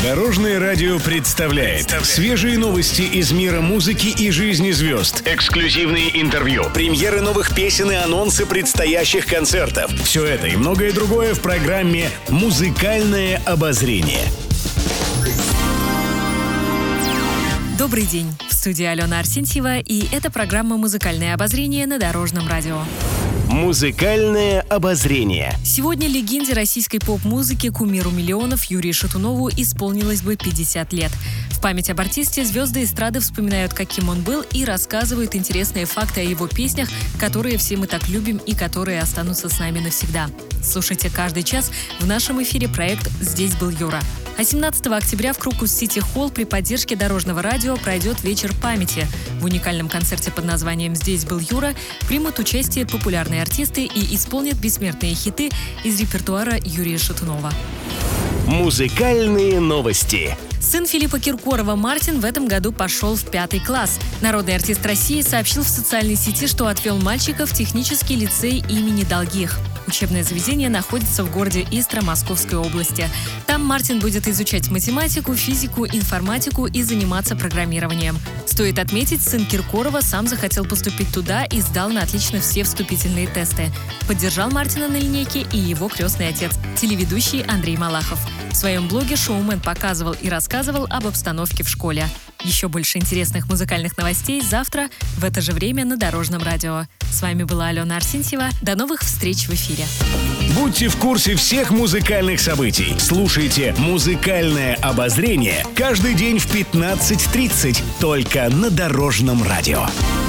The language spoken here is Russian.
Дорожное радио представляет свежие новости из мира музыки и жизни звезд. Эксклюзивные интервью, премьеры новых песен и анонсы предстоящих концертов. Все это и многое другое в программе «Музыкальное обозрение». Добрый день! В студии Алена Арсентьева, и это программа «Музыкальное обозрение» на Дорожном радио. Музыкальное обозрение. Сегодня легенде российской поп-музыки, кумиру миллионов Юрию Шатунову исполнилось бы 50 лет. В память об артисте звезды эстрады вспоминают, каким он был, и рассказывают интересные факты о его песнях, которые все мы так любим и которые останутся с нами навсегда. Слушайте каждый час в нашем эфире проект «Здесь был Юра». А 17 октября в Крокус Сити Холл при поддержке Дорожного радио пройдет вечер памяти. В уникальном концерте под названием «Здесь был Юра» примут участие популярные артисты и исполнят бессмертные хиты из репертуара Юрия Шатунова. Музыкальные новости. Сын Филиппа Киркорова Мартин в этом году пошел в 5 класс. Народный артист России сообщил в социальной сети, что отвел мальчика в технический лицей имени Долгих. Учебное заведение находится в городе Истра Московской области. Там Мартин будет изучать математику, физику, информатику и заниматься программированием. Стоит отметить, сын Киркорова сам захотел поступить туда и сдал на отлично все вступительные тесты. Поддержал Мартина на линейке и его крестный отец, телеведущий Андрей Малахов. В своем блоге шоумен показывал и рассказывал об обстановке в школе. Еще больше интересных музыкальных новостей завтра в это же время на Дорожном радио. С вами была Алена Арсентьева. До новых встреч в эфире. Будьте в курсе всех музыкальных событий. Слушайте «Музыкальное обозрение» каждый день в 15:30 только на Дорожном радио.